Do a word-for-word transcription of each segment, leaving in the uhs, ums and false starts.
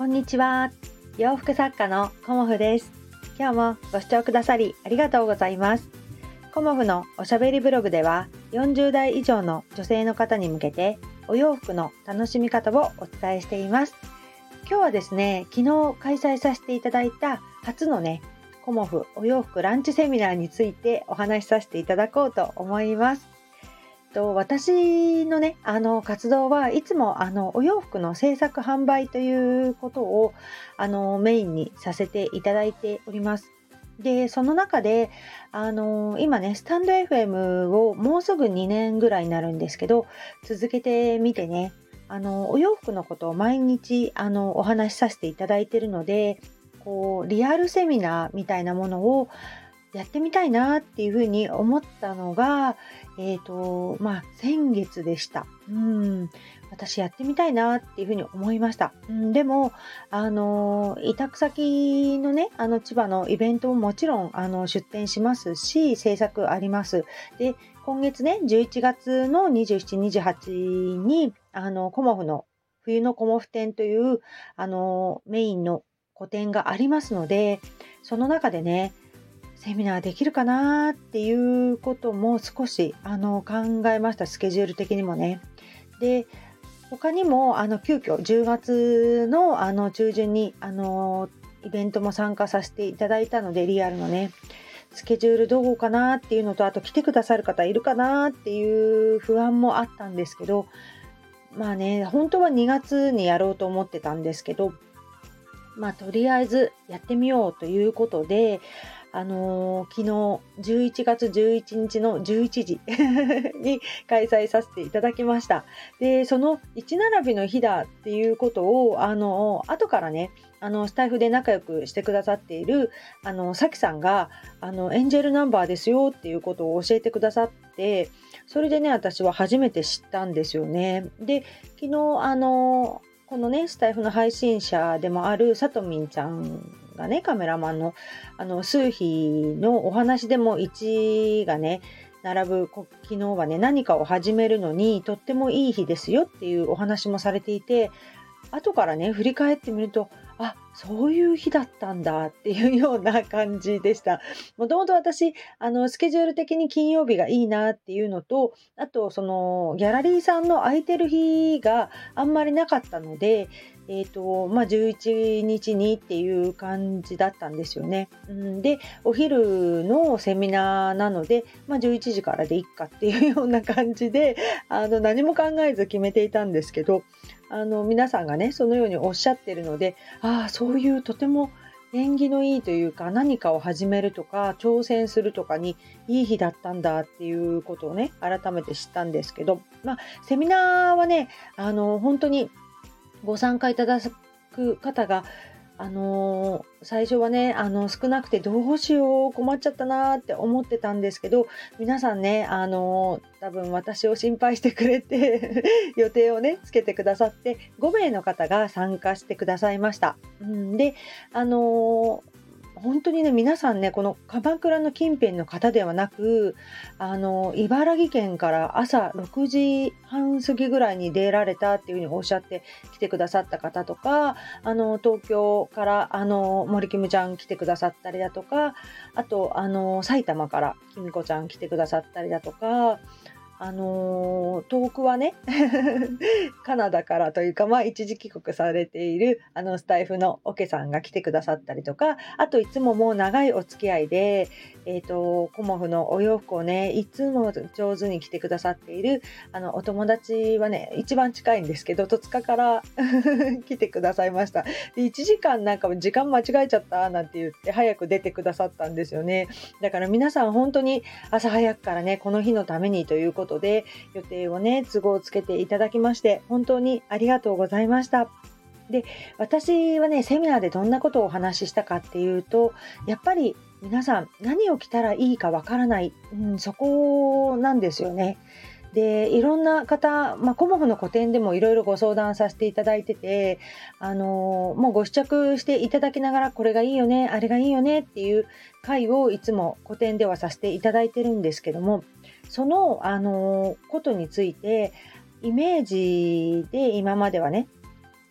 こんにちは。洋服作家のコモフです。今日もご視聴くださりありがとうございます。コモフのおしゃべりブログではよんじゅう代以上の女性の方に向けてお洋服の楽しみ方をお伝えしています。今日はですね、昨日開催させていただいた初のね、コモフお洋服ランチセミナーについてお話しさせていただこうと思います。と私のね、あの活動はいつもあのお洋服の制作販売ということをあのメインにさせていただいております。で、その中であの今ね、スタンド エフエム をもうすぐにねんぐらいになるんですけど、続けてみてね、あのお洋服のことを毎日あのお話しさせていただいているので、こうリアルセミナーみたいなものをやってみたいなっていうふうに思ったのが、えっと、まあ、先月でした。うん、私やってみたいなっていうふうに思いました。うん、でも、あの、委託先のね、あの、千葉のイベントももちろん、あの、出展しますし、制作あります。で、今月ね、じゅういちがつのにじゅうしち、にじゅうはちに、あの、コモフの冬のコモフ展という、あの、メインの個展がありますので、その中でね、セミナーできるかなっていうことも少しあの考えました。スケジュール的にもね。で、他にもあの急遽じゅうがつのあの中旬にあのイベントも参加させていただいたので、リアルのね、スケジュールどうかなっていうのと、あと来てくださる方いるかなっていう不安もあったんですけど、まあね、本当はにがつにやろうと思ってたんですけど、まあとりあえずやってみようということで、あのー、昨日じゅういちがつじゅういちにちのじゅういちじに開催させていただきました。で、そのいち並びの日だっていうことを、あのー、後からね、あの、スタイフで仲良くしてくださっている、あの、さきさんが、あの、エンジェルナンバーですよっていうことを教えてくださって、それでね、私は初めて知ったんですよね。で、昨日、あのー、このね、スタイフの配信者でもあるさとみんちゃんがね、カメラマンの、あの、数日のお話でもいちがね、並ぶ、こ昨日はね、何かを始めるのにとってもいい日ですよっていうお話もされていて、後からね、振り返ってみると、あ、そういう日だったんだっていうような感じでした。もともと私、あの、スケジュール的に金曜日がいいなっていうのと、あと、その、ギャラリーさんの空いてる日があんまりなかったので、えっと、まあ、じゅういちにちにっていう感じだったんですよね。うん、で、お昼のセミナーなので、まあ、じゅういちじからでいいかっていうような感じで、あの、何も考えず決めていたんですけど、あの、皆さんがね、そのようにおっしゃっているので、ああ、そういうとても縁起のいいというか、何かを始めるとか、挑戦するとかにいい日だったんだっていうことをね、改めて知ったんですけど、まあ、セミナーはね、あの、本当にご参加いただく方が、あのー最初はね、あの、少なくてどうしよう、困っちゃったなーって思ってたんですけど、皆さんね、あのー多分私を心配してくれて予定をね、つけてくださって、ごめいの方が参加してくださいました。うん、で、あのー本当にね、皆さんね、この鎌倉の近辺の方ではなく、あの、茨城県から朝ろくじはん過ぎぐらいに出られたっていうふうにおっしゃって来てくださった方とか、あの、東京から、あの、森キムちゃん来てくださったりだとか、あと、あの、埼玉からきみこちゃん来てくださったりだとか、あのー遠くはねカナダからというか、まあ、一時帰国されているあのスタイフのオケさんが来てくださったりとか、あといつももう長いお付き合いで、えっと、コモフのお洋服をね、いつも上手に着てくださっているあのお友達はね、一番近いんですけど、戸塚から来てくださいました。で、いちじかんなんか時間間違えちゃったなんて言って早く出てくださったんですよね。だから皆さん本当に朝早くからね、この日のためにということで予定をね、都合をつけていただきまして本当にありがとうございました。で、私はね、セミナーでどんなことをお話ししたかっていうと、やっぱり皆さん何を着たらいいかわからない、うん、そこなんですよね。で、いろんな方、まあ、コモフの個展でもいろいろご相談させていただいてて、あのーもうご試着していただきながら、これがいいよね、あれがいいよねっていう会をいつも個展ではさせていただいてるんですけども、その、あのーことについて、イメージで今まではね、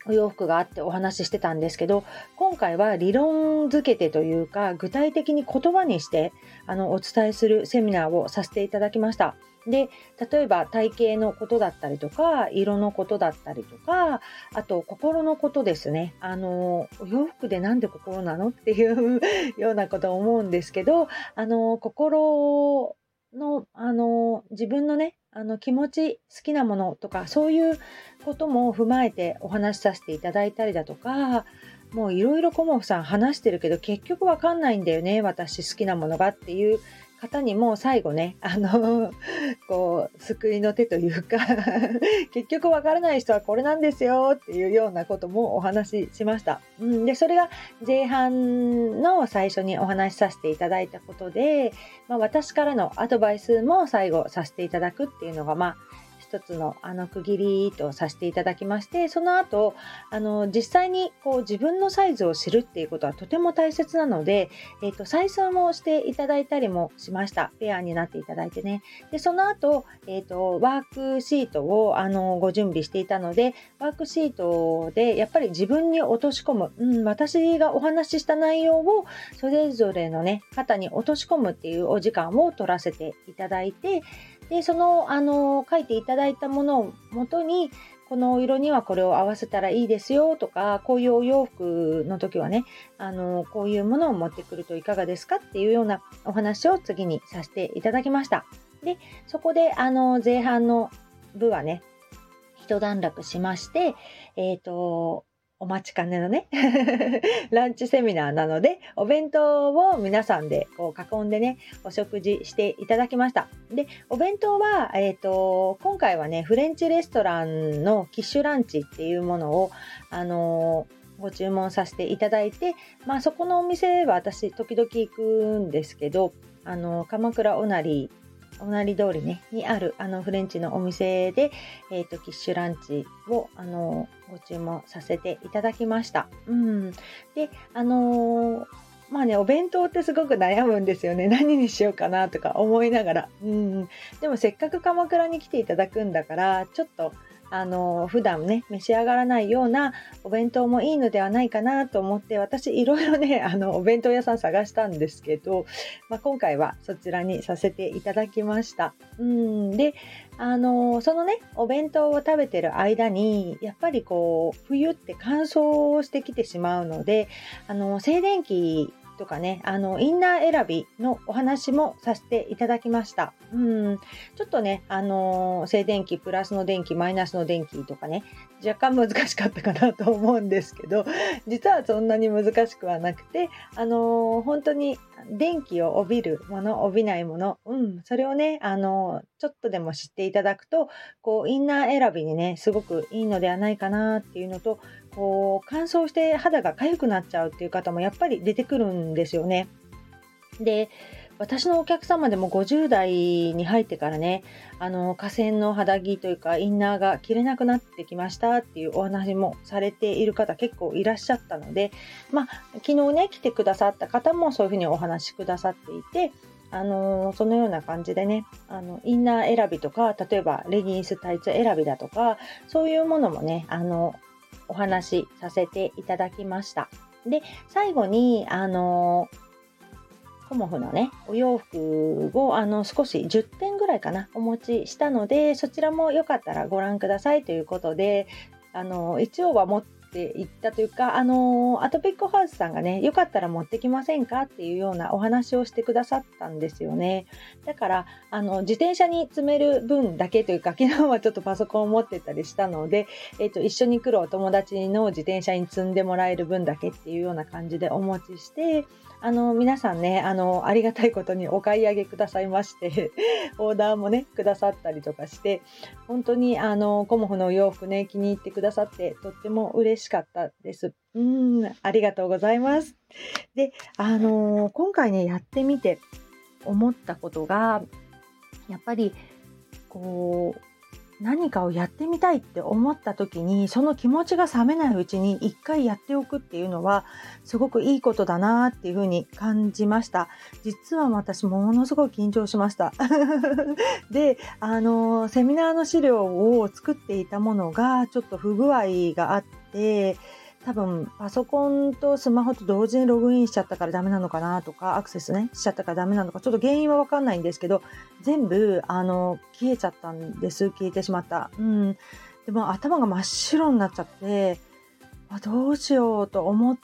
お洋服があってお話ししてたんですけど、今回は理論づけてというか、具体的に言葉にしてあのお伝えするセミナーをさせていただきました。で、例えば体型のことだったりとか、色のことだったりとか、あと心のことですね。あのお洋服でなんで心なのっていうようなことを思うんですけど、あの心のあの自分のね、あの気持ち、好きなものとか、そういうことも踏まえてお話しさせていただいたりだとか、もういろいろコモフさん話してるけど結局わかんないんだよね、私好きなものがっていう方にも最後ね、あのこう救いの手というか結局わからない人はこれなんですよっていうようなこともお話ししました。うん、でそれが前半の最初にお話しさせていただいたことで、まあ、私からのアドバイスも最後させていただくっていうのが、まあ一つのあの区切りとさせていただきまして、その後あの実際にこう自分のサイズを知るっていうことはとても大切なので、えーと、採寸もしていただいたりもしました。ペアになっていただいてね。でその後、えーと、ワークシートをあのご準備していたので、ワークシートでやっぱり自分に落とし込む、うん、私がお話しした内容をそれぞれのね方に落とし込むっていうお時間を取らせていただいて、でそのあの書いていただいたものをもとに、この色にはこれを合わせたらいいですよとか、こういうお洋服の時はね、あのこういうものを持ってくるといかがですかっていうようなお話を次にさせていただきました。でそこであの前半の部はね一段落しまして、えっとお待ちかねのねランチセミナーなので、お弁当を皆さんでこう囲んでねお食事していただきました。でお弁当は、えーと、今回はねフレンチレストランのキッシュランチっていうものを、あのー、ご注文させていただいて、まあ、そこのお店は私時々行くんですけど、あのー、鎌倉おなりおなり通りねにあるあのフレンチのお店で、えーと、キッシュランチをあのご注文させていただきました。うん、であのー、まあねお弁当ってすごく悩むんですよね。何にしようかなとか思いながら、うん、でもせっかく鎌倉に来ていただくんだから、ちょっとあの普段ね召し上がらないようなお弁当もいいのではないかなと思って、私いろいろねあのお弁当屋さん探したんですけど、まあ、今回はそちらにさせていただきました。うんであのそのねお弁当を食べてる間にやっぱりこう冬って乾燥してきてしまうので、あの静電気とかね、あのインナー選びのお話もさせていただきました。うん、ちょっとね、あのー、静電気プラスの電気マイナスの電気とかね、若干難しかったかなと思うんですけど、実はそんなに難しくはなくて、あのー、本当に電気を帯びるもの帯びないもの、うん、それをね、あのー、ちょっとでも知っていただくと、こうインナー選びにねすごくいいのではないかなっていうのと、こう乾燥して肌が痒くなっちゃうっていう方もやっぱり出てくるんですよね。で私のお客様でもごじゅう代に入ってからね、あの河川の肌着というかインナーが着れなくなってきましたっていうお話もされている方結構いらっしゃったので、まあ昨日ね来てくださった方もそういうふうにお話しくださっていて、あのー、そのような感じでね、あのインナー選びとか、例えばレギンスタイツ選びだとか、そういうものもね、あのお話しさせていただきました。で最後にあのコモフのねお洋服をあの少しじゅってんぐらいかなお持ちしたので、そちらもよかったらご覧くださいということで、あの一応は持っていったというか、あのアトピックハウスさんがねよかったら持ってきませんかっていうようなお話をしてくださったんですよね。だからあの自転車に積める分だけというか、昨日はちょっとパソコンを持ってたりしたので、えーと、一緒に来るお友達の自転車に積んでもらえる分だけっていうような感じでお持ちして、あの皆さんね あのありがたいことにお買い上げくださいましてオーダーもねくださったりとかして、本当にあのコモフのお洋服ね気に入ってくださってとっても嬉しかったです。うん、ありがとうございます。で、あの今回ねやってみて思ったことが、やっぱりこう何かをやってみたいって思った時に、その気持ちが冷めないうちに一回やっておくっていうのはすごくいいことだなっていうふうに感じました。実は私ものすごい緊張しましたで、あのセミナーの資料を作っていたものがちょっと不具合があって、多分パソコンとスマホと同時にログインしちゃったからダメなのかなとか、アクセスねしちゃったからダメなのか、ちょっと原因は分かんないんですけど、全部あの消えちゃったんです。消えてしまった。うん。でも頭が真っ白になっちゃって、あどうしようと思って、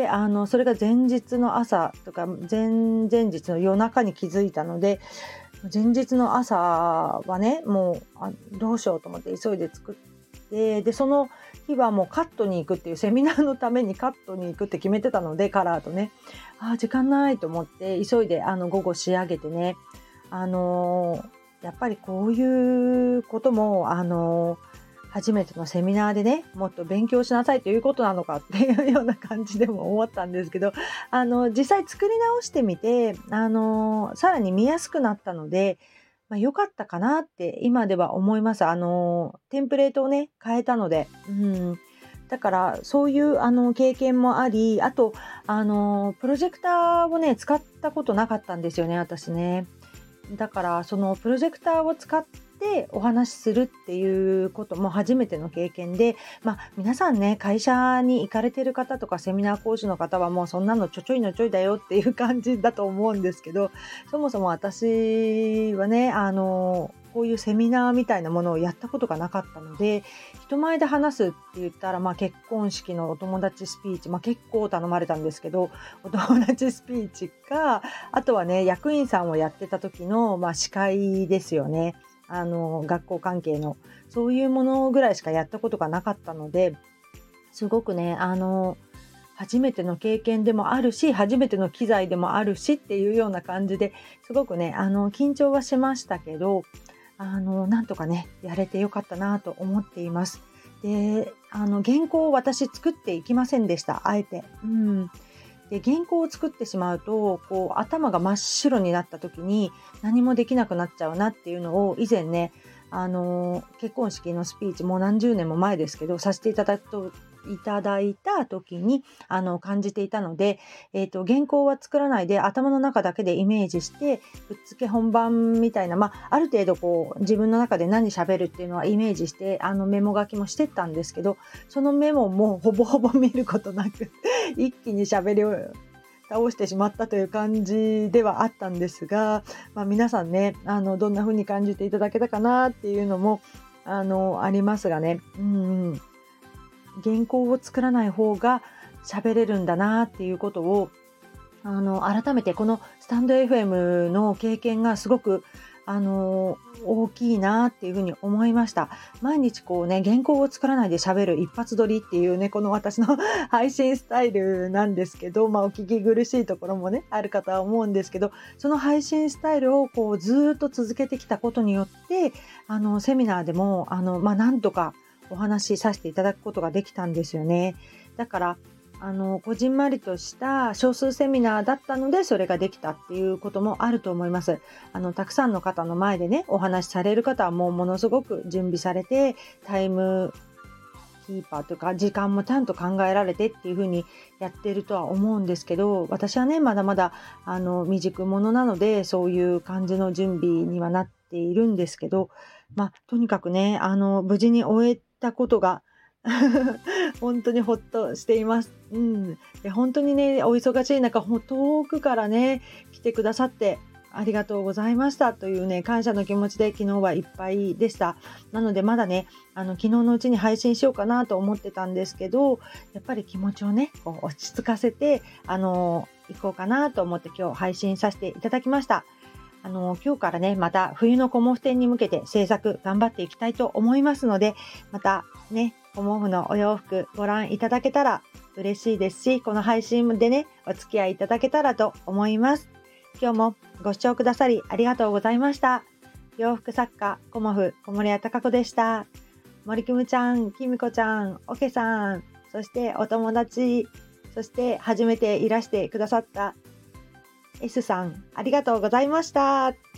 あのそれが前日の朝とか前々日の夜中に気づいたので、前日の朝はね、もうあどうしようと思って急いで作って、でその日はもうカットに行くっていう、セミナーのためにカットに行くって決めてたので、カラーとね、あ時間ないと思って急いであの午後仕上げてね、あのー、やっぱりこういうこともあのー初めてのセミナーでね、もっと勉強しなさいということなのかっていうような感じでも思ったんですけど、あの実際作り直してみて、あのさらに見やすくなったので、まあ、良かったかなって今では思います。あのテンプレートをね変えたので、うん、だからそういうあの経験もあり、あとあのプロジェクターをね使ったことなかったんですよね、私ね。だからそのプロジェクターを使ってお話しするっていうことも初めての経験で、まあ皆さんね会社に行かれてる方とかセミナー講師の方はもうそんなのちょちょいのちょいだよっていう感じだと思うんですけど、そもそも私はねあのこういうセミナーみたいなものをやったことがなかったので、人前で話すって言ったら、まあ、結婚式のお友達スピーチ、まあ、結構頼まれたんですけど、お友達スピーチか、あとはね役員さんをやってた時の、まあ、司会ですよね。あの学校関係のそういうものぐらいしかやったことがなかったので、すごくねあの初めての経験でもあるし、初めての機材でもあるしっていうような感じで、すごくねあの緊張はしましたけど、あのなんとかねやれてよかったなと思っています。であの原稿を私作っていきませんでした、あえて。うんで原稿を作ってしまうとこう頭が真っ白になった時に何もできなくなっちゃうなっていうのを以前ね、あの結婚式のスピーチもう何十年も前ですけどさせていただくといただいた時にあの感じていたので、えーと、原稿は作らないで頭の中だけでイメージしてぶっつけ本番みたいな、まあ、ある程度こう自分の中で何喋るっていうのはイメージしてあのメモ書きもしてったんですけど、そのメモもほぼほぼ見ることなく一気に喋りを倒してしまったという感じではあったんですが、まあ、皆さんねあのどんな風に感じていただけたかなっていうのもあのありますがね、うんうん原稿を作らない方が喋れるんだなっていうことをあの改めてこのスタンド エフエム の経験がすごくあの大きいなっていうふうに思いました。毎日こうね原稿を作らないで喋る一発撮りっていうねこの私の配信スタイルなんですけど、まあお聞き苦しいところもねあるかとは思うんですけど、その配信スタイルをこうずっと続けてきたことによってあのセミナーでもあのまあなんとかお話しさせていただくことができたんですよね。だからあのこじんまりとした少数セミナーだったのでそれができたっていうこともあると思います。あのたくさんの方の前でねお話しされる方はもうものすごく準備されてタイムキーパーというか時間もちゃんと考えられてっていう風にやってるとは思うんですけど、私はねまだまだあの未熟者なのでそういう感じの準備にはなっているんですけど、まあとにかくねあの無事に終えたことが本当にほっとしています。うん、で本当にねお忙しい中遠くからね来てくださってありがとうございましたというね感謝の気持ちで昨日はいっぱいでした。なのでまだねあの昨日のうちに配信しようかなと思ってたんですけど、やっぱり気持ちをねこう落ち着かせてあの行こうかなと思って今日配信させていただきました。あの今日からねまた冬のコモフ展に向けて制作頑張っていきたいと思いますので、またねコモフのお洋服ご覧いただけたら嬉しいですし、この配信でねお付き合いいただけたらと思います。今日もご視聴くださりありがとうございました。洋服作家コモフ小森屋貴子でした。森キムちゃん、きみこちゃん、おけさん、そしてお友達、そして初めていらしてくださった S さん、ありがとうございました。